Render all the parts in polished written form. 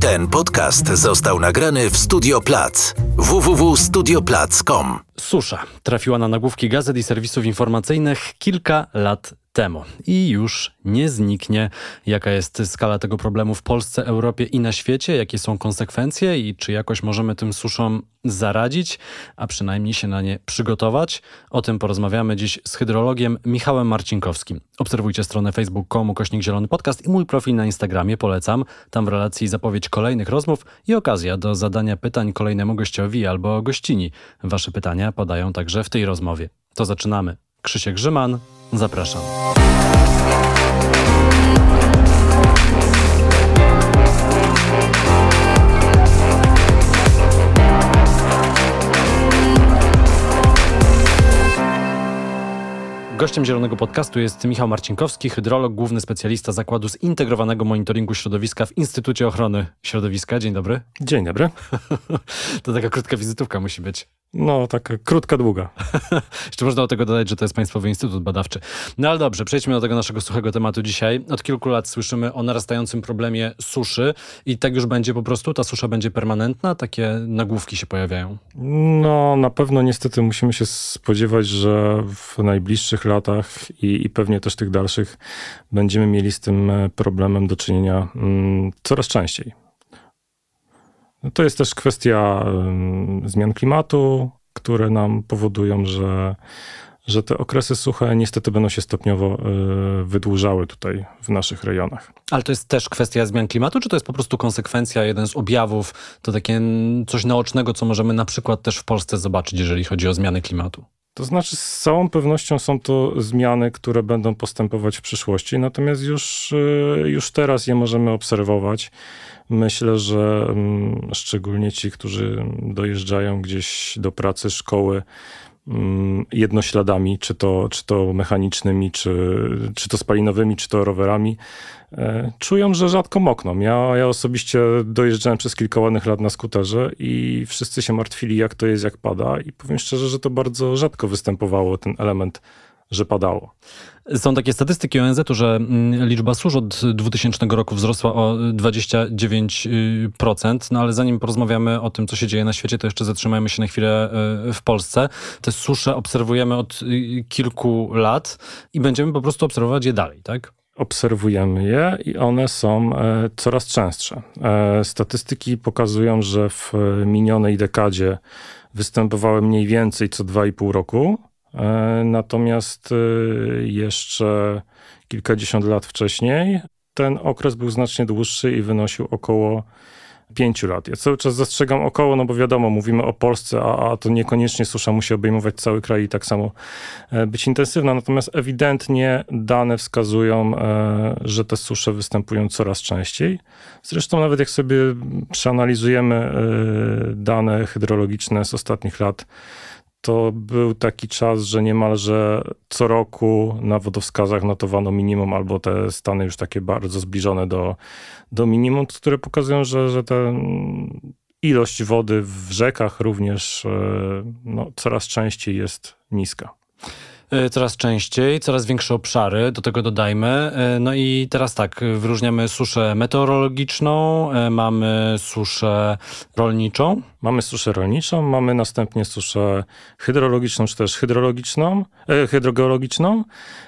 Ten podcast został nagrany w Studio Plac. www.studioplac.com. Susza trafiła na nagłówki gazet i serwisów informacyjnych kilka lat temu i już nie zniknie. Jaka jest skala tego problemu w Polsce, Europie i na świecie? Jakie są konsekwencje i czy jakoś możemy tym suszom zaradzić, a przynajmniej się na nie przygotować? O tym porozmawiamy dziś z hydrologiem Michałem Marcinkowskim. Obserwujcie stronę facebook.com/Zielony Podcast i mój profil na Instagramie, polecam. Tam w relacji zapowiedź kolejnych rozmów i okazja do zadania pytań kolejnemu gościowi albo gościni. Wasze pytania padają także w tej rozmowie. To zaczynamy. Krzysiek Grzyman, zapraszam. Gościem Zielonego Podcastu jest Michał Marcinkowski, hydrolog, główny specjalista Zakładu Zintegrowanego Monitoringu Środowiska w Instytucie Ochrony Środowiska. Dzień dobry. Dzień dobry. To taka krótka wizytówka musi być. No, taka krótka, długa. Jeszcze można do tego dodać, że to jest Państwowy Instytut Badawczy. No ale dobrze, przejdźmy do tego naszego suchego tematu dzisiaj. Od kilku lat słyszymy o narastającym problemie suszy i tak już będzie po prostu? Ta susza będzie permanentna? Takie nagłówki się pojawiają. No, na pewno niestety musimy się spodziewać, że w najbliższych latach i pewnie też tych dalszych będziemy mieli z tym problemem do czynienia coraz częściej. To jest też kwestia zmian klimatu, które nam powodują, że te okresy suche niestety będą się stopniowo wydłużały tutaj w naszych rejonach. Ale to jest też kwestia zmian klimatu, czy to jest po prostu konsekwencja, jeden z objawów, to takie coś naocznego, co możemy na przykład też w Polsce zobaczyć, jeżeli chodzi o zmiany klimatu? To znaczy z całą pewnością są to zmiany, które będą postępować w przyszłości, natomiast już teraz je możemy obserwować. Myślę, że szczególnie ci, którzy dojeżdżają gdzieś do pracy, szkoły jednośladami, czy to mechanicznymi, czy to spalinowymi, czy to rowerami, czują, że rzadko mokną. Ja osobiście dojeżdżałem przez kilka ładnych lat na skuterze i wszyscy się martwili, jak to jest, jak pada. I powiem szczerze, że to bardzo rzadko występowało, ten element, że padało. Są takie statystyki ONZ-u, że liczba susz od 2000 roku wzrosła o 29%, no ale zanim porozmawiamy o tym, co się dzieje na świecie, to jeszcze zatrzymajmy się na chwilę w Polsce. Te susze obserwujemy od kilku lat i będziemy po prostu obserwować je dalej, tak? Obserwujemy je i one są coraz częstsze. Statystyki pokazują, że w minionej dekadzie występowały mniej więcej co 2,5 roku. Natomiast jeszcze kilkadziesiąt lat wcześniej ten okres był znacznie dłuższy i wynosił około 5 lat. Ja cały czas zastrzegam około, no bo wiadomo, mówimy o Polsce, a to niekoniecznie susza musi obejmować cały kraj i tak samo być intensywna. Natomiast ewidentnie dane wskazują, że te susze występują coraz częściej. Zresztą nawet jak sobie przeanalizujemy dane hydrologiczne z ostatnich lat, to był taki czas, że niemalże co roku na wodowskazach notowano minimum albo te stany już takie bardzo zbliżone do minimum, które pokazują, że ta ilość wody w rzekach również coraz częściej jest niska. Coraz częściej, coraz większe obszary, do tego dodajmy. No i teraz tak, wyróżniamy suszę meteorologiczną, mamy suszę rolniczą. Mamy suszę rolniczą, mamy następnie suszę hydrologiczną, czy też hydrogeologiczną.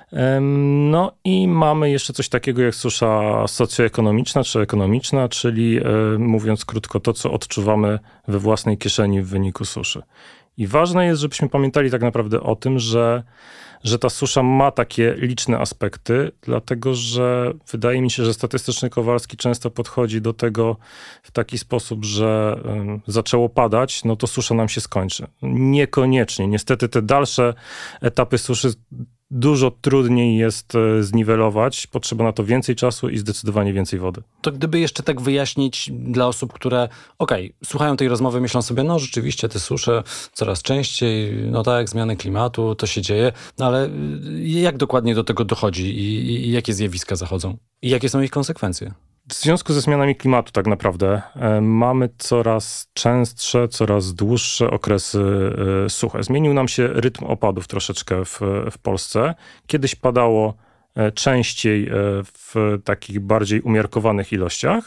No i mamy jeszcze coś takiego jak susza socjoekonomiczna czy ekonomiczna, czyli mówiąc krótko to, co odczuwamy we własnej kieszeni w wyniku suszy. I ważne jest, żebyśmy pamiętali tak naprawdę o tym, że ta susza ma takie liczne aspekty, dlatego że wydaje mi się, że statystyczny Kowalski często podchodzi do tego w taki sposób, że zaczęło padać, no to susza nam się skończy. Niekoniecznie. Niestety te dalsze etapy suszy dużo trudniej jest zniwelować. Potrzeba na to więcej czasu i zdecydowanie więcej wody. To gdyby jeszcze tak wyjaśnić dla osób, które słuchają tej rozmowy, myślą sobie, no rzeczywiście te susze coraz częściej, no tak, zmiany klimatu, to się dzieje, no ale jak dokładnie do tego dochodzi i jakie zjawiska zachodzą? I jakie są ich konsekwencje? W związku ze zmianami klimatu tak naprawdę mamy coraz częstsze, coraz dłuższe okresy suche. Zmienił nam się rytm opadów troszeczkę w Polsce. Kiedyś padało częściej w takich bardziej umiarkowanych ilościach.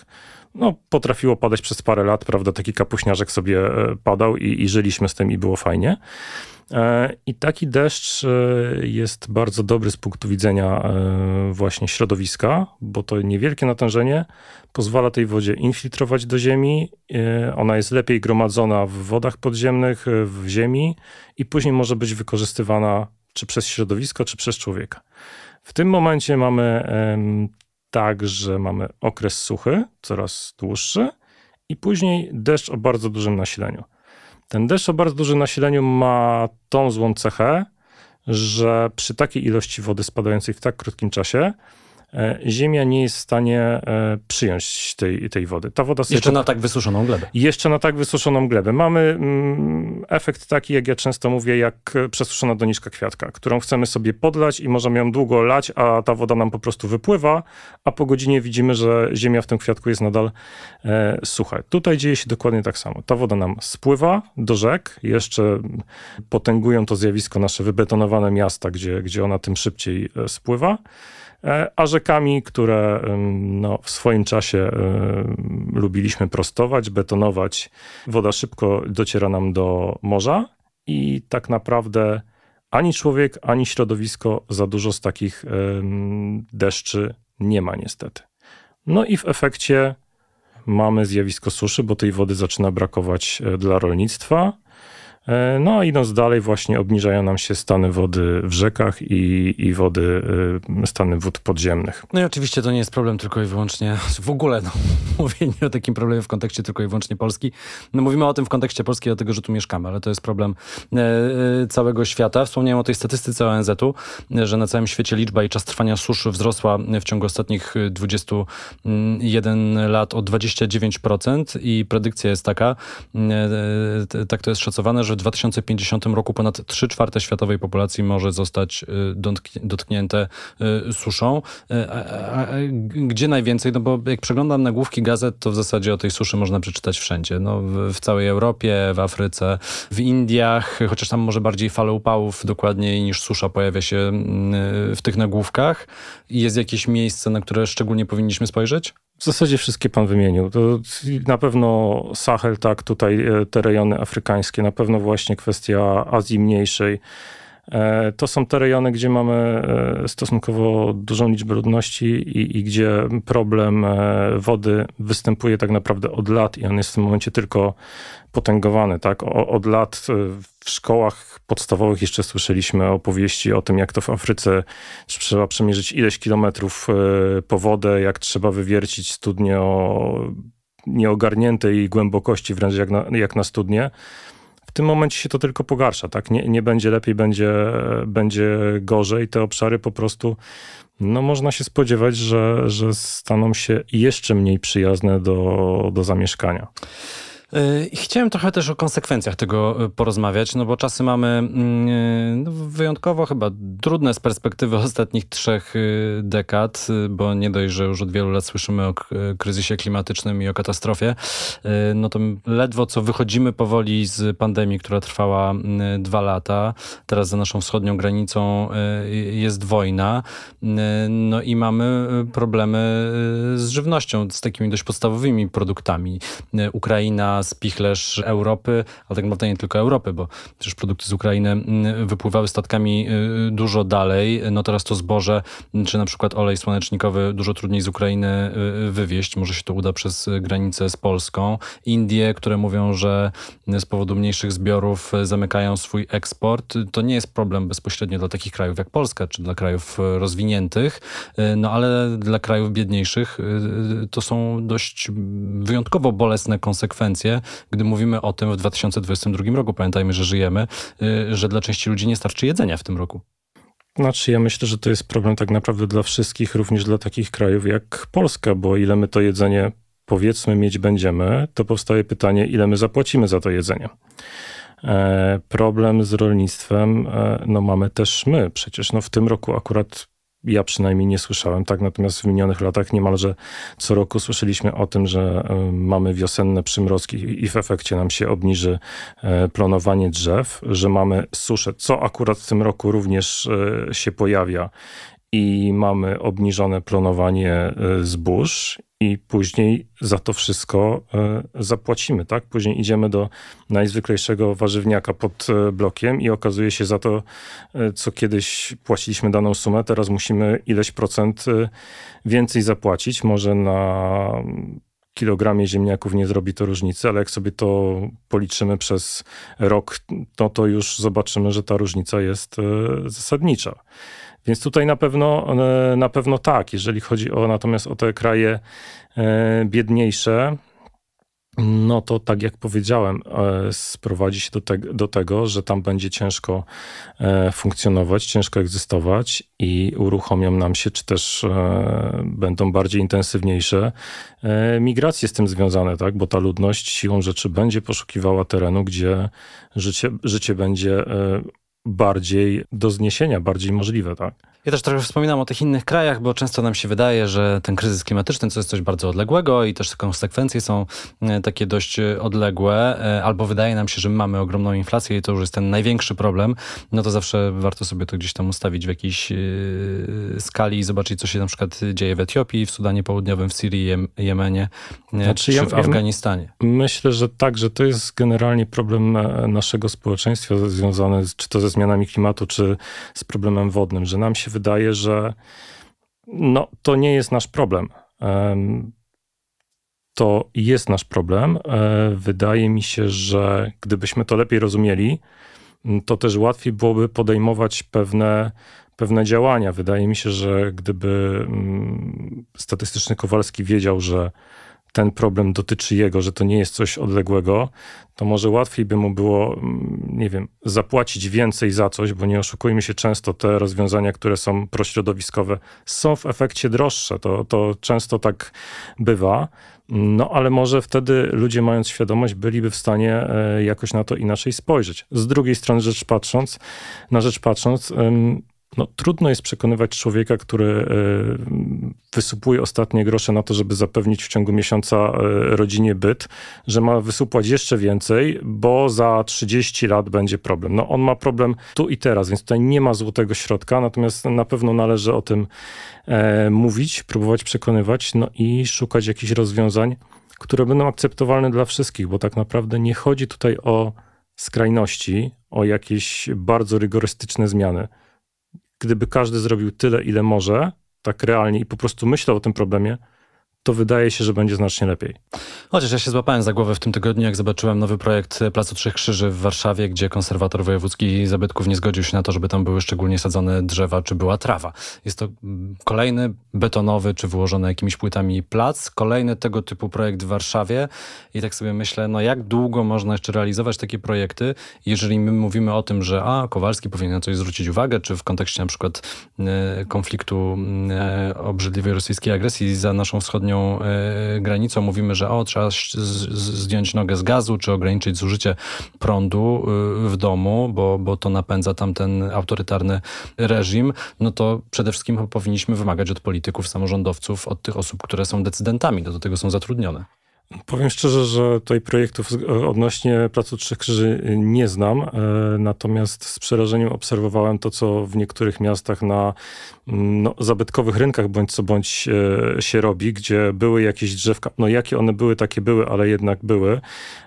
no, potrafiło padać przez parę lat, prawda, taki kapuśniarzek sobie padał i żyliśmy z tym i było fajnie. I taki deszcz jest bardzo dobry z punktu widzenia właśnie środowiska, bo to niewielkie natężenie pozwala tej wodzie infiltrować do ziemi. Ona jest lepiej gromadzona w wodach podziemnych, w ziemi i później może być wykorzystywana czy przez środowisko, czy przez człowieka. W tym momencie mamy tak, że mamy okres suchy, coraz dłuższy i później deszcz o bardzo dużym nasileniu. Ten deszcz o bardzo dużym nasileniu ma tą złą cechę, że przy takiej ilości wody spadającej w tak krótkim czasie ziemia nie jest w stanie przyjąć tej wody. Ta woda jeszcze na tak wysuszoną glebę. Jeszcze na tak wysuszoną glebę. Mamy efekt taki, jak ja często mówię, jak przesuszona doniczka kwiatka, którą chcemy sobie podlać i możemy ją długo lać, a ta woda nam po prostu wypływa, a po godzinie widzimy, że ziemia w tym kwiatku jest nadal sucha. Tutaj dzieje się dokładnie tak samo. Ta woda nam spływa do rzek, jeszcze potęgują to zjawisko nasze wybetonowane miasta, gdzie ona tym szybciej spływa. A rzekami, które no, w swoim czasie lubiliśmy prostować, betonować, woda szybko dociera nam do morza i tak naprawdę ani człowiek, ani środowisko za dużo z takich deszczy nie ma niestety. No i w efekcie mamy zjawisko suszy, bo tej wody zaczyna brakować dla rolnictwa. No a idąc dalej właśnie obniżają nam się stany wody w rzekach i stany wód podziemnych. No i oczywiście to nie jest problem tylko i wyłącznie, w ogóle mówienie o takim problemie w kontekście tylko i wyłącznie Polski. No mówimy o tym w kontekście Polski, dlatego że tu mieszkamy, ale to jest problem całego świata. Wspomniałem o tej statystyce ONZ-u, że na całym świecie liczba i czas trwania suszy wzrosła w ciągu ostatnich 21 lat o 29% i predykcja jest taka, tak to jest szacowane, że w 2050 roku ponad 3/4 światowej populacji może zostać dotknięte suszą. Gdzie najwięcej? No bo jak przeglądam nagłówki gazet, to w zasadzie o tej suszy można przeczytać wszędzie. No, w całej Europie, w Afryce, w Indiach, chociaż tam może bardziej fale upałów dokładniej niż susza pojawia się w tych nagłówkach. Jest jakieś miejsce, na które szczególnie powinniśmy spojrzeć? W zasadzie wszystkie pan wymienił. To na pewno Sahel, tak, tutaj te rejony afrykańskie, na pewno właśnie kwestia Azji Mniejszej. To są te rejony, gdzie mamy stosunkowo dużą liczbę ludności i gdzie problem wody występuje tak naprawdę od lat i on jest w tym momencie tylko potęgowany. Tak? Od lat w szkołach podstawowych jeszcze słyszeliśmy opowieści o tym, jak to w Afryce trzeba przemierzyć ileś kilometrów po wodę, jak trzeba wywiercić studnie o nieogarniętej głębokości, wręcz jak na studnie. W tym momencie się to tylko pogarsza, tak? Nie będzie lepiej, będzie gorzej. Te obszary po prostu, no można się spodziewać, że staną się jeszcze mniej przyjazne do zamieszkania. Chciałem trochę też o konsekwencjach tego porozmawiać, no bo czasy mamy wyjątkowo chyba trudne z perspektywy ostatnich 3 dekad, bo nie dość, że już od wielu lat słyszymy o kryzysie klimatycznym i o katastrofie, no to ledwo co wychodzimy powoli z pandemii, która trwała 2 lata. Teraz za naszą wschodnią granicą jest wojna, no i mamy problemy z żywnością, z takimi dość podstawowymi produktami. Ukraina, spichlerz Europy, ale tak naprawdę nie tylko Europy, bo przecież produkty z Ukrainy wypływały statkami dużo dalej. No teraz to zboże, czy na przykład olej słonecznikowy dużo trudniej z Ukrainy wywieźć. Może się to uda przez granicę z Polską. Indie, które mówią, że z powodu mniejszych zbiorów zamykają swój eksport. To nie jest problem bezpośrednio dla takich krajów jak Polska, czy dla krajów rozwiniętych, no ale dla krajów biedniejszych to są dość wyjątkowo bolesne konsekwencje, gdy mówimy o tym w 2022 roku. Pamiętajmy, że żyjemy, że dla części ludzi nie starczy jedzenia w tym roku. Znaczy ja myślę, że to jest problem tak naprawdę dla wszystkich, również dla takich krajów jak Polska, bo ile my to jedzenie powiedzmy mieć będziemy, to powstaje pytanie, ile my zapłacimy za to jedzenie. Problem z rolnictwem no mamy też my. Przecież no w tym roku akurat ja przynajmniej nie słyszałem, tak? Natomiast w minionych latach niemalże co roku słyszeliśmy o tym, że mamy wiosenne przymrozki i w efekcie nam się obniży planowanie drzew, że mamy suszę, co akurat w tym roku również się pojawia i mamy obniżone planowanie zbóż i później za to wszystko zapłacimy, tak? Później idziemy do najzwyklejszego warzywniaka pod blokiem i okazuje się za to, co kiedyś płaciliśmy daną sumę, teraz musimy ileś procent więcej zapłacić. Może na kilogramie ziemniaków nie zrobi to różnicy, ale jak sobie to policzymy przez rok, to już zobaczymy, że ta różnica jest zasadnicza. Więc tutaj na pewno tak, jeżeli chodzi natomiast o te kraje biedniejsze, no to tak jak powiedziałem, sprowadzi się do tego, że tam będzie ciężko funkcjonować, ciężko egzystować i uruchomią nam się, czy też będą bardziej intensywniejsze migracje z tym związane, tak? Bo ta ludność siłą rzeczy będzie poszukiwała terenu, gdzie życie będzie bardziej do zniesienia, bardziej możliwe, tak? Ja też trochę wspominam o tych innych krajach, bo często nam się wydaje, że ten kryzys klimatyczny to jest coś bardzo odległego i też konsekwencje są takie dość odległe, albo wydaje nam się, że mamy ogromną inflację i to już jest ten największy problem, no to zawsze warto sobie to gdzieś tam ustawić w jakiejś skali i zobaczyć, co się na przykład dzieje w Etiopii, w Sudanie Południowym, w Syrii, Jemenie, czy w Afganistanie. Myślę, że tak, że to jest generalnie problem naszego społeczeństwa związany czy to ze zmianami klimatu, czy z problemem wodnym, że nam się wydaje, że to nie jest nasz problem. To jest nasz problem. Wydaje mi się, że gdybyśmy to lepiej rozumieli, to też łatwiej byłoby podejmować pewne działania. Wydaje mi się, że gdyby statystyczny Kowalski wiedział, że ten problem dotyczy jego, że to nie jest coś odległego, to może łatwiej by mu było, nie wiem, zapłacić więcej za coś, bo nie oszukujmy się, często te rozwiązania, które są prośrodowiskowe, są w efekcie droższe. To często tak bywa. No ale może wtedy ludzie, mając świadomość, byliby w stanie jakoś na to inaczej spojrzeć. Z drugiej strony rzecz patrząc, trudno jest przekonywać człowieka, który wysupłuje ostatnie grosze na to, żeby zapewnić w ciągu miesiąca rodzinie byt, że ma wysupłać jeszcze więcej, bo za 30 lat będzie problem. No on ma problem tu i teraz, więc tutaj nie ma złotego środka, natomiast na pewno należy o tym mówić, próbować przekonywać, no i szukać jakichś rozwiązań, które będą akceptowalne dla wszystkich, bo tak naprawdę nie chodzi tutaj o skrajności, o jakieś bardzo rygorystyczne zmiany. Gdyby każdy zrobił tyle, ile może, tak realnie i po prostu myślał o tym problemie, to wydaje się, że będzie znacznie lepiej. Chociaż ja się złapałem za głowę w tym tygodniu, jak zobaczyłem nowy projekt Placu Trzech Krzyży w Warszawie, gdzie konserwator wojewódzki zabytków nie zgodził się na to, żeby tam były szczególnie sadzone drzewa, czy była trawa. Jest to kolejny betonowy, czy wyłożony jakimiś płytami plac, kolejny tego typu projekt w Warszawie i tak sobie myślę, jak długo można jeszcze realizować takie projekty, jeżeli my mówimy o tym, że Kowalski powinien na coś zwrócić uwagę, czy w kontekście na przykład konfliktu obrzydliwej rosyjskiej agresji za naszą wschodnią granicą mówimy, że trzeba zdjąć nogę z gazu, czy ograniczyć zużycie prądu w domu, bo to napędza tamten autorytarny reżim, no to przede wszystkim powinniśmy wymagać od polityków, samorządowców, od tych osób, które są decydentami, do tego są zatrudnione. Powiem szczerze, że tutaj projektów odnośnie Placu Trzech Krzyży nie znam, natomiast z przerażeniem obserwowałem to, co w niektórych miastach na zabytkowych rynkach bądź co bądź się robi, gdzie były jakieś drzewka, jakie one były, takie były, ale jednak były,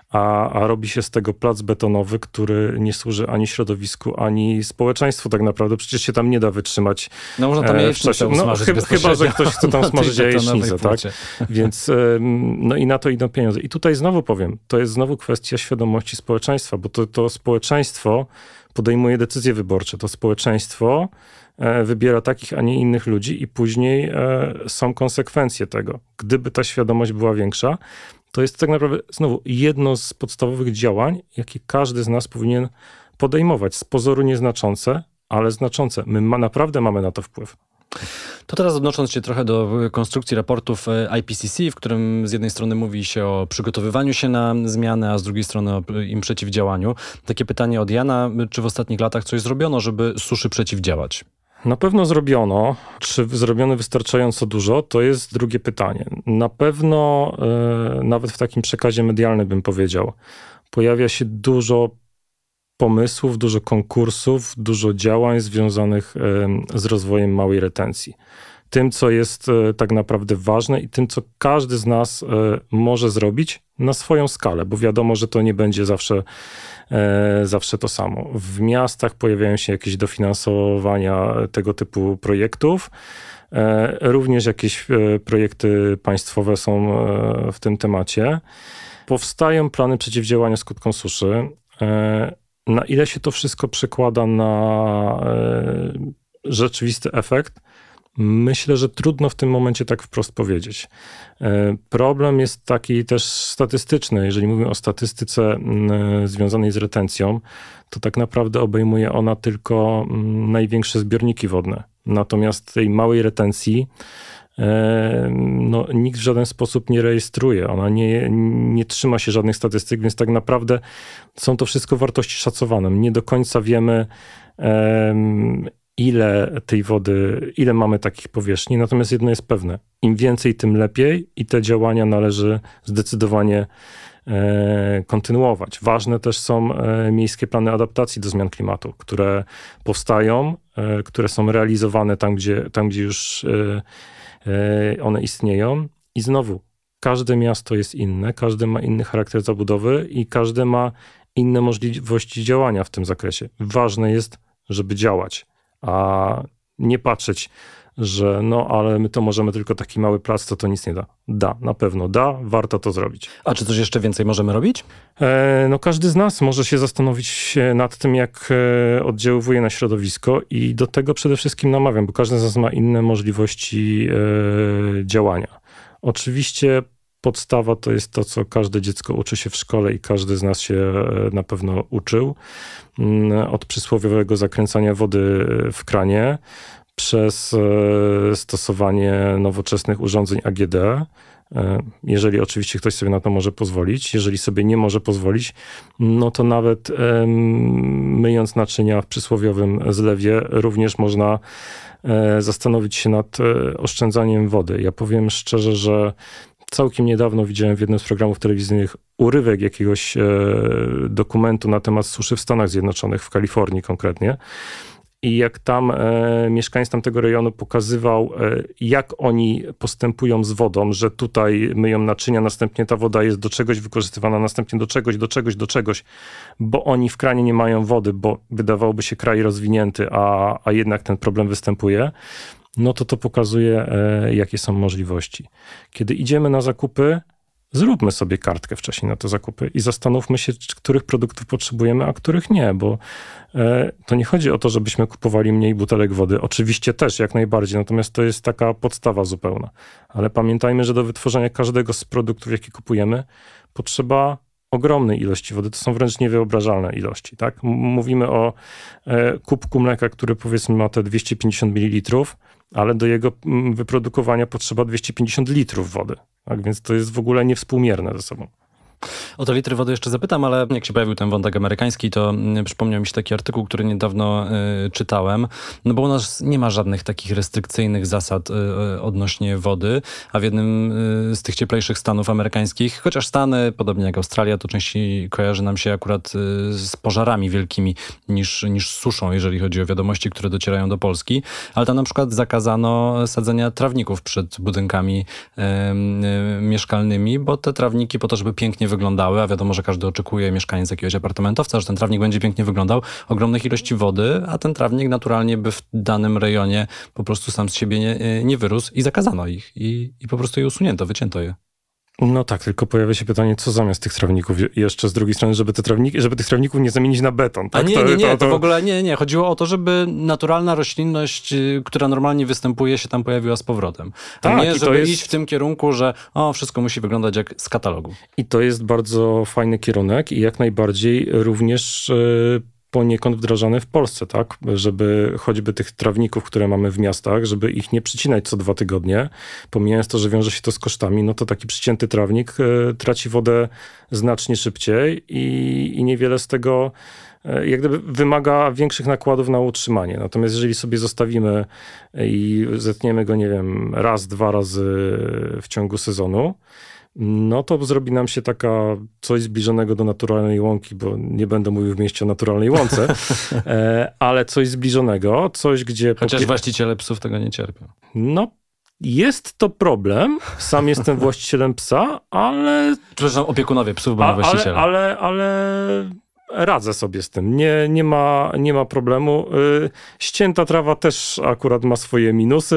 a robi się z tego plac betonowy, który nie służy ani środowisku, ani społeczeństwu tak naprawdę. Przecież się tam nie da wytrzymać. No można tam jajecznicę usmażyć chyba, że ktoś chce tam smażyć jajecznicę, tak? Więc i na to idą pieniądze. I tutaj znowu powiem, to jest znowu kwestia świadomości społeczeństwa, bo to społeczeństwo podejmuje decyzje wyborcze. To społeczeństwo wybiera takich, a nie innych ludzi i później są konsekwencje tego. Gdyby ta świadomość była większa, to jest tak naprawdę znowu jedno z podstawowych działań, jakie każdy z nas powinien podejmować. Z pozoru nieznaczące, ale znaczące. My naprawdę mamy na to wpływ. To teraz odnosząc się trochę do konstrukcji raportów IPCC, w którym z jednej strony mówi się o przygotowywaniu się na zmiany, a z drugiej strony o im przeciwdziałaniu. Takie pytanie od Jana, czy w ostatnich latach coś zrobiono, żeby suszy przeciwdziałać? Na pewno zrobiono. Czy zrobiono wystarczająco dużo? To jest drugie pytanie. Na pewno nawet w takim przekazie medialnym bym powiedział, pojawia się dużo pomysłów, dużo konkursów, dużo działań związanych z rozwojem małej retencji. Tym, co jest tak naprawdę ważne i tym, co każdy z nas może zrobić na swoją skalę, bo wiadomo, że to nie będzie zawsze to samo. W miastach pojawiają się jakieś dofinansowania tego typu projektów. Również jakieś projekty państwowe są w tym temacie. Powstają plany przeciwdziałania skutkom suszy. Na ile się to wszystko przekłada na rzeczywisty efekt? Myślę, że trudno w tym momencie tak wprost powiedzieć. Problem jest taki też statystyczny. Jeżeli mówimy o statystyce związanej z retencją, to tak naprawdę obejmuje ona tylko największe zbiorniki wodne. Natomiast tej małej retencji nikt w żaden sposób nie rejestruje. Ona nie trzyma się żadnych statystyk, więc tak naprawdę są to wszystko wartości szacowane. Nie do końca wiemy, ile tej wody, ile mamy takich powierzchni. Natomiast jedno jest pewne. Im więcej, tym lepiej i te działania należy zdecydowanie kontynuować. Ważne też są miejskie plany adaptacji do zmian klimatu, które powstają, które są realizowane tam, gdzie już one istnieją. I znowu, każde miasto jest inne, każde ma inny charakter zabudowy i każde ma inne możliwości działania w tym zakresie. Ważne jest, żeby działać, a nie patrzeć, że ale my to możemy tylko taki mały plac, to nic nie da. Da, na pewno da, warto to zrobić. A czy coś jeszcze więcej możemy robić? Każdy z nas może się zastanowić nad tym, jak oddziaływuje na środowisko i do tego przede wszystkim namawiam, bo każdy z nas ma inne możliwości działania. Oczywiście podstawa to jest to, co każde dziecko uczy się w szkole i każdy z nas się na pewno uczył. Od przysłowiowego zakręcania wody w kranie, przez stosowanie nowoczesnych urządzeń AGD, jeżeli oczywiście ktoś sobie na to może pozwolić. Jeżeli sobie nie może pozwolić, to nawet myjąc naczynia w przysłowiowym zlewie, również można zastanowić się nad oszczędzaniem wody. Ja powiem szczerze, że całkiem niedawno widziałem w jednym z programów telewizyjnych urywek jakiegoś dokumentu na temat suszy w Stanach Zjednoczonych, w Kalifornii konkretnie. I jak tam mieszkaniec tamtego rejonu pokazywał, jak oni postępują z wodą, że tutaj myją naczynia, następnie ta woda jest do czegoś wykorzystywana, następnie do czegoś, bo oni w kranie nie mają wody, bo wydawałoby się kraj rozwinięty, a jednak ten problem występuje, to pokazuje, jakie są możliwości. Kiedy idziemy na zakupy, zróbmy sobie kartkę wcześniej na te zakupy i zastanówmy się, których produktów potrzebujemy, a których nie, bo to nie chodzi o to, żebyśmy kupowali mniej butelek wody. Oczywiście też, jak najbardziej, natomiast to jest taka podstawa zupełna. Ale pamiętajmy, że do wytworzenia każdego z produktów, jakie kupujemy, potrzeba ogromnej ilości wody. To są wręcz niewyobrażalne ilości. Tak? Mówimy o kubku mleka, który powiedzmy ma te 250 ml, ale do jego wyprodukowania potrzeba 250 litrów wody. Tak? Więc to jest w ogóle niewspółmierne ze sobą. O te litry wody jeszcze zapytam, ale jak się pojawił ten wątek amerykański, to przypomniał mi się taki artykuł, który niedawno czytałem, bo u nas nie ma żadnych takich restrykcyjnych zasad odnośnie wody, a w jednym z tych cieplejszych stanów amerykańskich, chociaż Stany, podobnie jak Australia, to częściej kojarzy nam się akurat z pożarami wielkimi niż z suszą, jeżeli chodzi o wiadomości, które docierają do Polski, ale tam na przykład zakazano sadzenia trawników przed budynkami mieszkalnymi, bo te trawniki po to, żeby pięknie wyglądały, a wiadomo, że każdy oczekuje, mieszkaniec jakiegoś apartamentowca, że ten trawnik będzie pięknie wyglądał, ogromnych ilości wody, a ten trawnik naturalnie by w danym rejonie po prostu sam z siebie nie wyrósł i zakazano ich i po prostu je usunięto, wycięto je. No tak, tylko pojawia się pytanie, co zamiast tych trawników jeszcze z drugiej strony, żeby tych trawników nie zamienić na beton. Tak? To w ogóle nie. Chodziło o to, żeby naturalna roślinność, która normalnie występuje, się tam pojawiła z powrotem. A nie, żeby iść w tym kierunku, że wszystko musi wyglądać jak z katalogu. I to jest bardzo fajny kierunek i jak najbardziej również poniekąd wdrażane w Polsce, tak? Żeby choćby tych trawników, które mamy w miastach, żeby ich nie przycinać co 2 tygodnie, pomijając to, że wiąże się to z kosztami, to taki przycięty trawnik traci wodę znacznie szybciej i niewiele z tego jak gdyby wymaga większych nakładów na utrzymanie. Natomiast jeżeli sobie zostawimy i zetniemy go, nie wiem, raz, 2 razy w ciągu sezonu, no to zrobi nam się coś zbliżonego do naturalnej łąki, bo nie będę mówił w mieście o naturalnej łące, ale coś zbliżonego, coś gdzie... Chociaż właściciele psów tego nie cierpią. No, jest to problem. Sam jestem właścicielem psa, ale... Przepraszam, opiekunowie psów, bo nie właściciele. Ale radzę sobie z tym. Nie ma problemu. Ścięta trawa też akurat ma swoje minusy,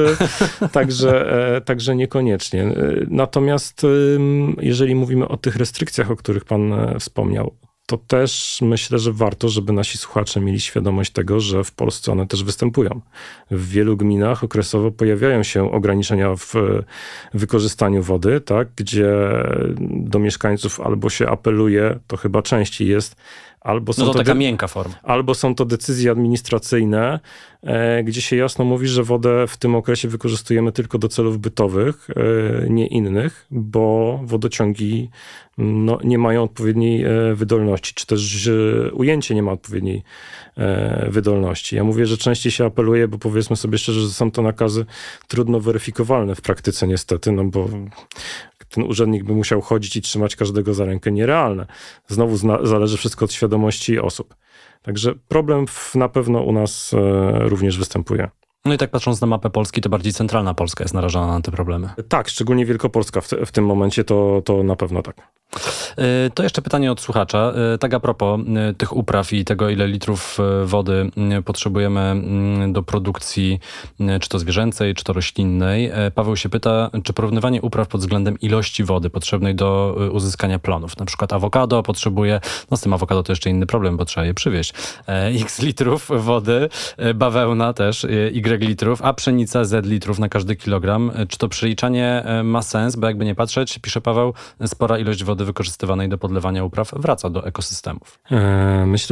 także niekoniecznie. Natomiast jeżeli mówimy o tych restrykcjach, o których pan wspomniał, to też myślę, że warto, żeby nasi słuchacze mieli świadomość tego, że w Polsce one też występują. W wielu gminach okresowo pojawiają się ograniczenia w wykorzystaniu wody, tak, gdzie do mieszkańców albo się apeluje, to chyba częściej jest, albo są taka miękka forma. Albo są to decyzje administracyjne, gdzie się jasno mówi, że wodę w tym okresie wykorzystujemy tylko do celów bytowych, nie innych, bo wodociągi nie mają odpowiedniej wydolności, czy też ujęcie nie ma odpowiedniej wydolności. Ja mówię, że częściej się apeluje, bo powiedzmy sobie szczerze, że są to nakazy trudno weryfikowalne w praktyce niestety, bo ten urzędnik by musiał chodzić i trzymać każdego za rękę, nierealne. Znowu zależy wszystko od świadomości osób. Także problem na pewno u nas również występuje. No i tak patrząc na mapę Polski, to bardziej centralna Polska jest narażona na te problemy. Tak, szczególnie Wielkopolska w tym momencie to na pewno tak. To jeszcze pytanie od słuchacza. Tak a propos tych upraw i tego, ile litrów wody potrzebujemy do produkcji, czy to zwierzęcej, czy to roślinnej. Paweł się pyta, czy porównywanie upraw pod względem ilości wody potrzebnej do uzyskania plonów. Na przykład awokado potrzebuje, z tym awokado to jeszcze inny problem, bo trzeba je przywieźć. X litrów wody, bawełna też, Y litrów, a pszenica Z litrów na każdy kilogram. Czy to przeliczanie ma sens? Bo jakby nie patrzeć, pisze Paweł, spora ilość wody wykorzystywanej do podlewania upraw wraca do ekosystemów. Myślę,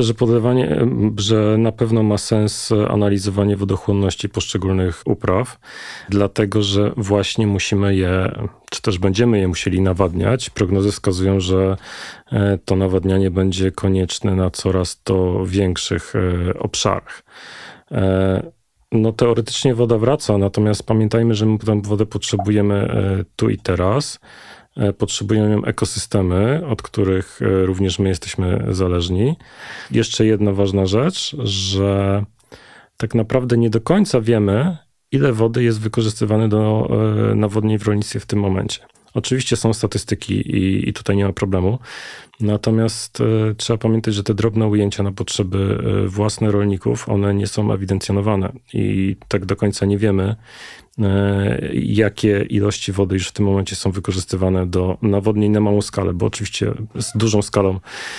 że na pewno ma sens analizowanie wodochłonności poszczególnych upraw, dlatego, że właśnie musimy czy też będziemy je musieli nawadniać. Prognozy wskazują, że to nawadnianie będzie konieczne na coraz to większych obszarach. Teoretycznie woda wraca, natomiast pamiętajmy, że my tę wodę potrzebujemy tu i teraz. Potrzebują ekosystemy, od których również my jesteśmy zależni. Jeszcze jedna ważna rzecz, że tak naprawdę nie do końca wiemy, ile wody jest wykorzystywane do nawodnień w rolnictwie w tym momencie. Oczywiście są statystyki i tutaj nie ma problemu, natomiast trzeba pamiętać, że te drobne ujęcia na potrzeby własne rolników, one nie są ewidencjonowane i tak do końca nie wiemy, jakie ilości wody już w tym momencie są wykorzystywane do nawodnień na małą skalę, bo oczywiście z dużą skalą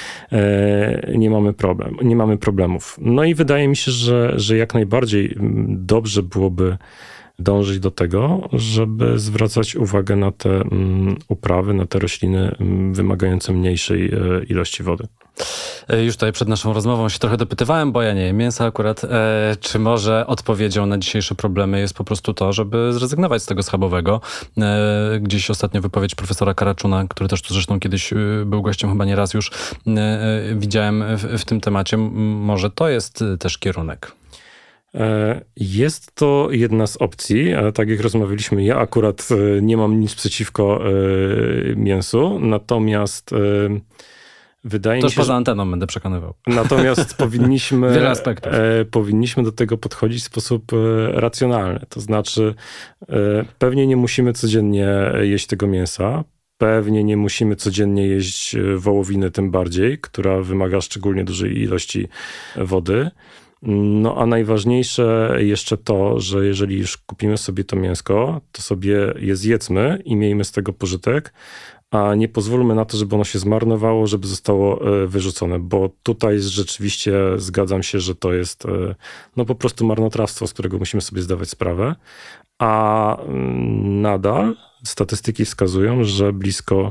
nie mamy problemów. No i wydaje mi się, że jak najbardziej dobrze byłoby dążyć do tego, żeby zwracać uwagę na te uprawy, na te rośliny wymagające mniejszej ilości wody. Już tutaj przed naszą rozmową się trochę dopytywałem, bo ja nie jem mięsa akurat. Czy może odpowiedzią na dzisiejsze problemy jest po prostu to, żeby zrezygnować z tego schabowego? Gdzieś ostatnio wypowiedź profesora Karaczuna, który też tu zresztą kiedyś był gościem, chyba nie raz już widziałem w tym temacie. Może to jest też kierunek? Jest to jedna z opcji, ale tak jak rozmawialiśmy, ja akurat nie mam nic przeciwko mięsu, natomiast wydaje mi się, to już poza anteną będę przekonywał. Natomiast wiele aspektów. Powinniśmy do tego podchodzić w sposób racjonalny. To znaczy, pewnie nie musimy codziennie jeść tego mięsa, pewnie nie musimy codziennie jeść wołowiny, tym bardziej, która wymaga szczególnie dużej ilości wody. A najważniejsze jeszcze to, że jeżeli już kupimy sobie to mięsko, to sobie je zjedzmy i miejmy z tego pożytek, a nie pozwólmy na to, żeby ono się zmarnowało, żeby zostało wyrzucone, bo tutaj rzeczywiście zgadzam się, że to jest po prostu marnotrawstwo, z którego musimy sobie zdawać sprawę, a nadal statystyki wskazują, że blisko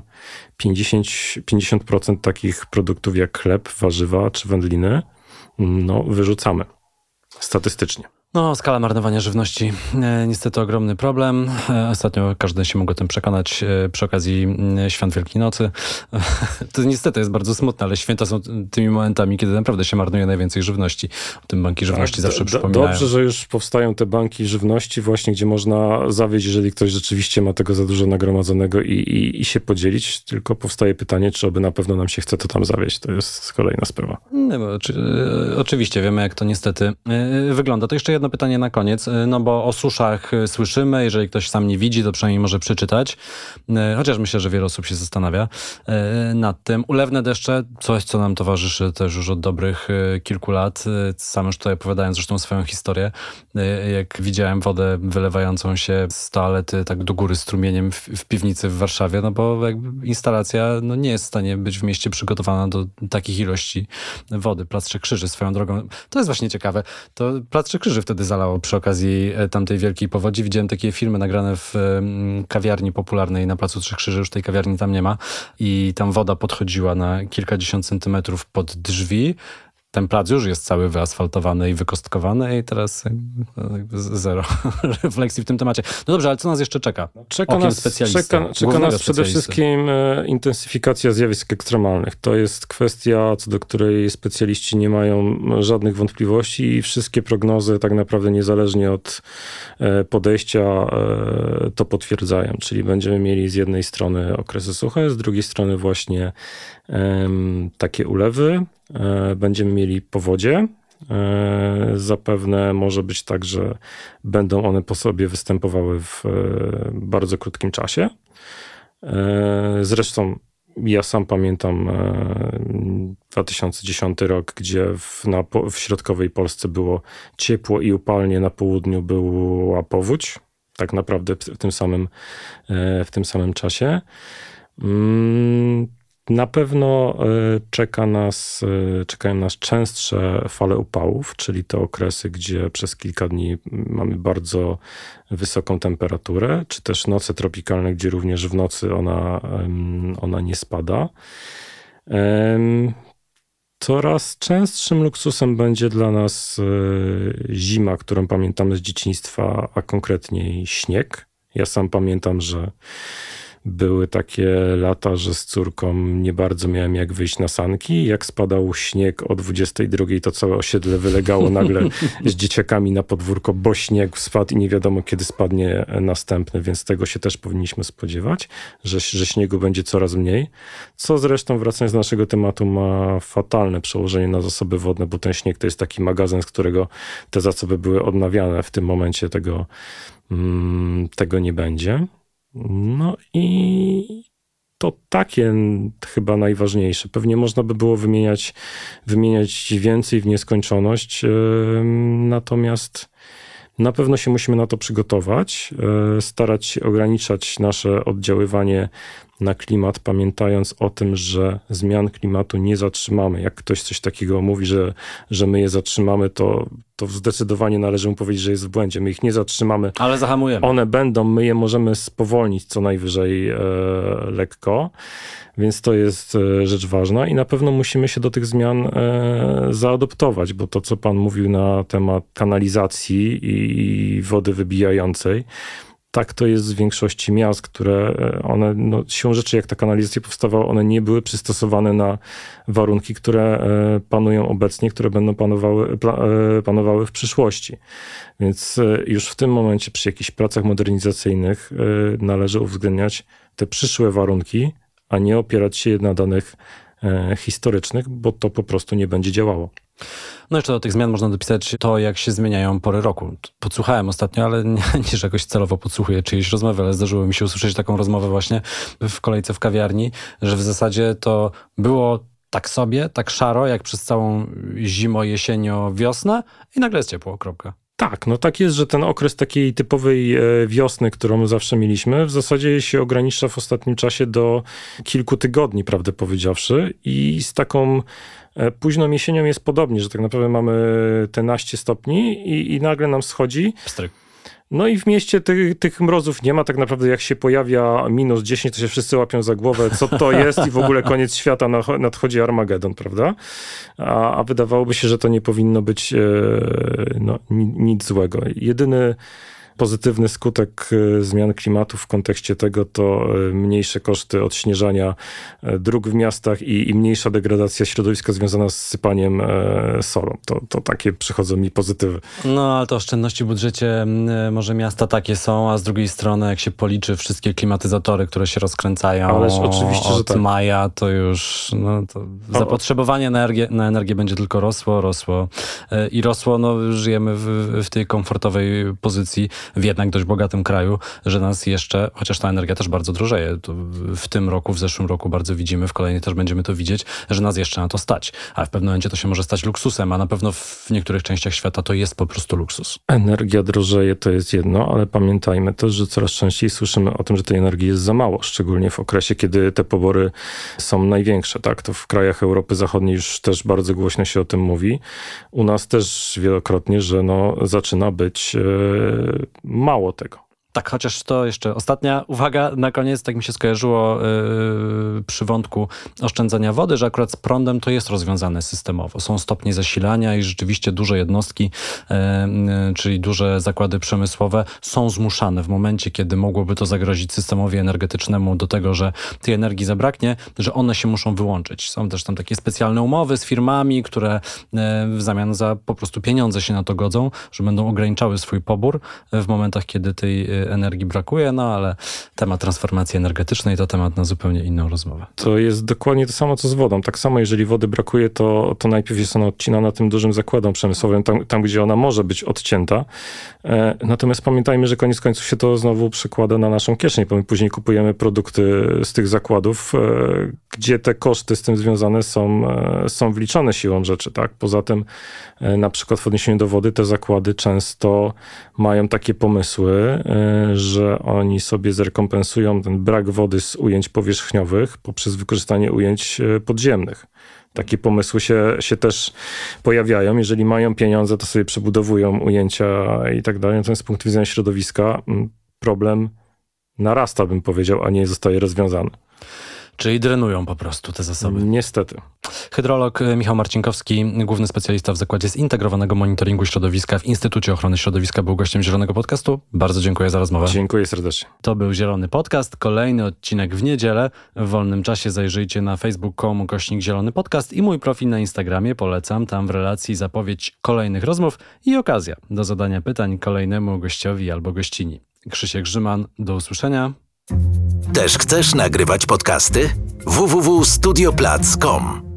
50% takich produktów jak chleb, warzywa czy wędliny wyrzucamy statystycznie. No, skala marnowania żywności, niestety ogromny problem. Ostatnio każdy się mógł o tym przekonać przy okazji Świąt Wielkinocy. To niestety jest bardzo smutne, ale święta są tymi momentami, kiedy naprawdę się marnuje najwięcej żywności. O tym banki żywności zawsze przypominają. Dobrze, że już powstają te banki żywności właśnie, gdzie można zawieźć, jeżeli ktoś rzeczywiście ma tego za dużo nagromadzonego i się podzielić. Tylko powstaje pytanie, czy oby na pewno nam się chce to tam zawieźć. To jest kolejna sprawa. No, oczywiście wiemy, jak to niestety wygląda. To jeszcze jedno pytanie na koniec, no bo o suszach słyszymy, jeżeli ktoś sam nie widzi, to przynajmniej może przeczytać, chociaż myślę, że wiele osób się zastanawia nad tym. Ulewne deszcze, coś, co nam towarzyszy też już od dobrych kilku lat. Sam już tutaj opowiadałem zresztą swoją historię, jak widziałem wodę wylewającą się z toalety tak do góry strumieniem w piwnicy w Warszawie, no bo jakby instalacja no nie jest w stanie być w mieście przygotowana do takich ilości wody. Plac Trzech Krzyży swoją drogą. To jest właśnie ciekawe. To Plac Trzech Krzyży wtedy zalało przy okazji tamtej wielkiej powodzi. Widziałem takie filmy nagrane w kawiarni popularnej na Placu Trzech Krzyży. Już tej kawiarni tam nie ma. I tam woda podchodziła na kilkadziesiąt centymetrów pod drzwi. Ten plac już jest cały wyasfaltowany i wykostkowany i teraz zero refleksji w tym temacie. No dobrze, ale co nas jeszcze czeka? Czeka nas przede wszystkim intensyfikacja zjawisk ekstremalnych. To jest kwestia, co do której specjaliści nie mają żadnych wątpliwości i wszystkie prognozy tak naprawdę niezależnie od podejścia to potwierdzają. Czyli będziemy mieli z jednej strony okresy suche, z drugiej strony właśnie takie ulewy. Będziemy mieli powodzie. Zapewne może być tak, że będą one po sobie występowały w bardzo krótkim czasie. Zresztą ja sam pamiętam 2010 rok, gdzie w środkowej Polsce było ciepło i upalnie, na południu była powódź. Tak naprawdę w tym samym czasie. Na pewno czekają nas częstsze fale upałów, czyli te okresy, gdzie przez kilka dni mamy bardzo wysoką temperaturę, czy też noce tropikalne, gdzie również w nocy ona nie spada. Coraz częstszym luksusem będzie dla nas zima, którą pamiętamy z dzieciństwa, a konkretniej śnieg. Ja sam pamiętam, że były takie lata, że z córką nie bardzo miałem jak wyjść na sanki. Jak spadał śnieg o 22, to całe osiedle wylegało nagle z dzieciakami na podwórko, bo śnieg spadł i nie wiadomo kiedy spadnie następny, więc tego się też powinniśmy spodziewać, że śniegu będzie coraz mniej. Co zresztą, wracając do naszego tematu, ma fatalne przełożenie na zasoby wodne, bo ten śnieg to jest taki magazyn, z którego te zasoby były odnawiane. W tym momencie tego nie będzie. No i to takie chyba najważniejsze. Pewnie można by było wymieniać więcej w nieskończoność, natomiast na pewno się musimy na to przygotować, starać się ograniczać nasze oddziaływanie na klimat, pamiętając o tym, że zmian klimatu nie zatrzymamy. Jak ktoś coś takiego mówi, że my je zatrzymamy, to zdecydowanie należy mu powiedzieć, że jest w błędzie. My ich nie zatrzymamy. Ale zahamujemy. One będą, my je możemy spowolnić co najwyżej lekko, więc to jest rzecz ważna i na pewno musimy się do tych zmian zaadoptować, bo to, co pan mówił na temat kanalizacji i wody wybijającej, tak to jest w większości miast, które one, no, siłą rzeczy jak ta kanalizacja powstawała, one nie były przystosowane na warunki, które panują obecnie, które będą panowały w przyszłości. Więc już w tym momencie przy jakichś pracach modernizacyjnych należy uwzględniać te przyszłe warunki, a nie opierać się na danych historycznych, bo to po prostu nie będzie działało. No jeszcze do tych zmian można dopisać to, jak się zmieniają pory roku. Podsłuchałem ostatnio, ale nie, że jakoś celowo podsłuchuję czyjeś rozmowy, ale zdarzyło mi się usłyszeć taką rozmowę właśnie w kolejce w kawiarni, że w zasadzie to było tak sobie, tak szaro, jak przez całą zimo, jesienio, wiosnę i nagle jest ciepło, kropka. Tak, no tak jest, że ten okres takiej typowej wiosny, którą zawsze mieliśmy, w zasadzie się ogranicza w ostatnim czasie do kilku tygodni, prawdę powiedziawszy. I z taką późną jesienią jest podobnie, że tak naprawdę mamy te naście stopni i nagle nam schodzi. Pstryk. No i w mieście tych mrozów nie ma. Tak naprawdę jak się pojawia -10, to się wszyscy łapią za głowę, co to jest i w ogóle koniec świata, nadchodzi Armagedon, prawda? A wydawałoby się, że to nie powinno być nic złego. Jedyny pozytywny skutek zmian klimatu w kontekście tego to mniejsze koszty odśnieżania dróg w miastach i mniejsza degradacja środowiska związana z sypaniem solą. To takie przychodzą mi pozytywy. No, ale to oszczędności w budżecie może miasta takie są, a z drugiej strony jak się policzy wszystkie klimatyzatory, które się rozkręcają oczywiście, od że tak. maja, to już zapotrzebowanie na energię będzie tylko rosło i rosło. No, żyjemy w tej komfortowej pozycji w jednak dość bogatym kraju, że nas jeszcze, chociaż ta energia też bardzo drożeje, to w tym roku, w zeszłym roku bardzo widzimy, w kolejnym też będziemy to widzieć, że nas jeszcze na to stać. Ale w pewnym momencie to się może stać luksusem, a na pewno w niektórych częściach świata to jest po prostu luksus. Energia drożeje, to jest jedno, ale pamiętajmy też, że coraz częściej słyszymy o tym, że tej energii jest za mało, szczególnie w okresie, kiedy te pobory są największe. Tak? To w krajach Europy Zachodniej już też bardzo głośno się o tym mówi. U nas też wielokrotnie, że zaczyna być mało tego. Tak, chociaż to jeszcze ostatnia uwaga na koniec, tak mi się skojarzyło przy wątku oszczędzania wody, że akurat z prądem to jest rozwiązane systemowo. Są stopnie zasilania i rzeczywiście duże jednostki, czyli duże zakłady przemysłowe są zmuszane w momencie, kiedy mogłoby to zagrozić systemowi energetycznemu do tego, że tej energii zabraknie, że one się muszą wyłączyć. Są też tam takie specjalne umowy z firmami, które w zamian za po prostu pieniądze się na to godzą, że będą ograniczały swój pobór w momentach, kiedy tej energii brakuje, ale temat transformacji energetycznej to temat na zupełnie inną rozmowę. To jest dokładnie to samo, co z wodą. Tak samo, jeżeli wody brakuje, to najpierw jest ona odcinana tym dużym zakładom przemysłowym, tam gdzie ona może być odcięta. Natomiast pamiętajmy, że koniec końców się to znowu przekłada na naszą kieszeń, bo my później kupujemy produkty z tych zakładów, gdzie te koszty z tym związane są wliczone siłą rzeczy. Tak? Poza tym, na przykład w odniesieniu do wody, te zakłady często mają takie pomysły, że oni sobie zrekompensują ten brak wody z ujęć powierzchniowych poprzez wykorzystanie ujęć podziemnych. Takie pomysły się też pojawiają. Jeżeli mają pieniądze, to sobie przebudowują ujęcia i tak dalej. Natomiast z punktu widzenia środowiska problem narasta, bym powiedział, a nie zostaje rozwiązany. Czyli drenują po prostu te zasoby. Niestety. Hydrolog Michał Marcinkowski, główny specjalista w Zakładzie Zintegrowanego Monitoringu Środowiska w Instytucie Ochrony Środowiska, był gościem Zielonego Podcastu. Bardzo dziękuję za rozmowę. Dziękuję serdecznie. To był Zielony Podcast. Kolejny odcinek w niedzielę. W wolnym czasie zajrzyjcie na facebook.com/Zielony Podcast i mój profil na Instagramie. Polecam. Tam w relacji zapowiedź kolejnych rozmów i okazja do zadania pytań kolejnemu gościowi albo gościni. Krzysiek Grzyman. Do usłyszenia. Też chcesz nagrywać podcasty? www.studioplac.com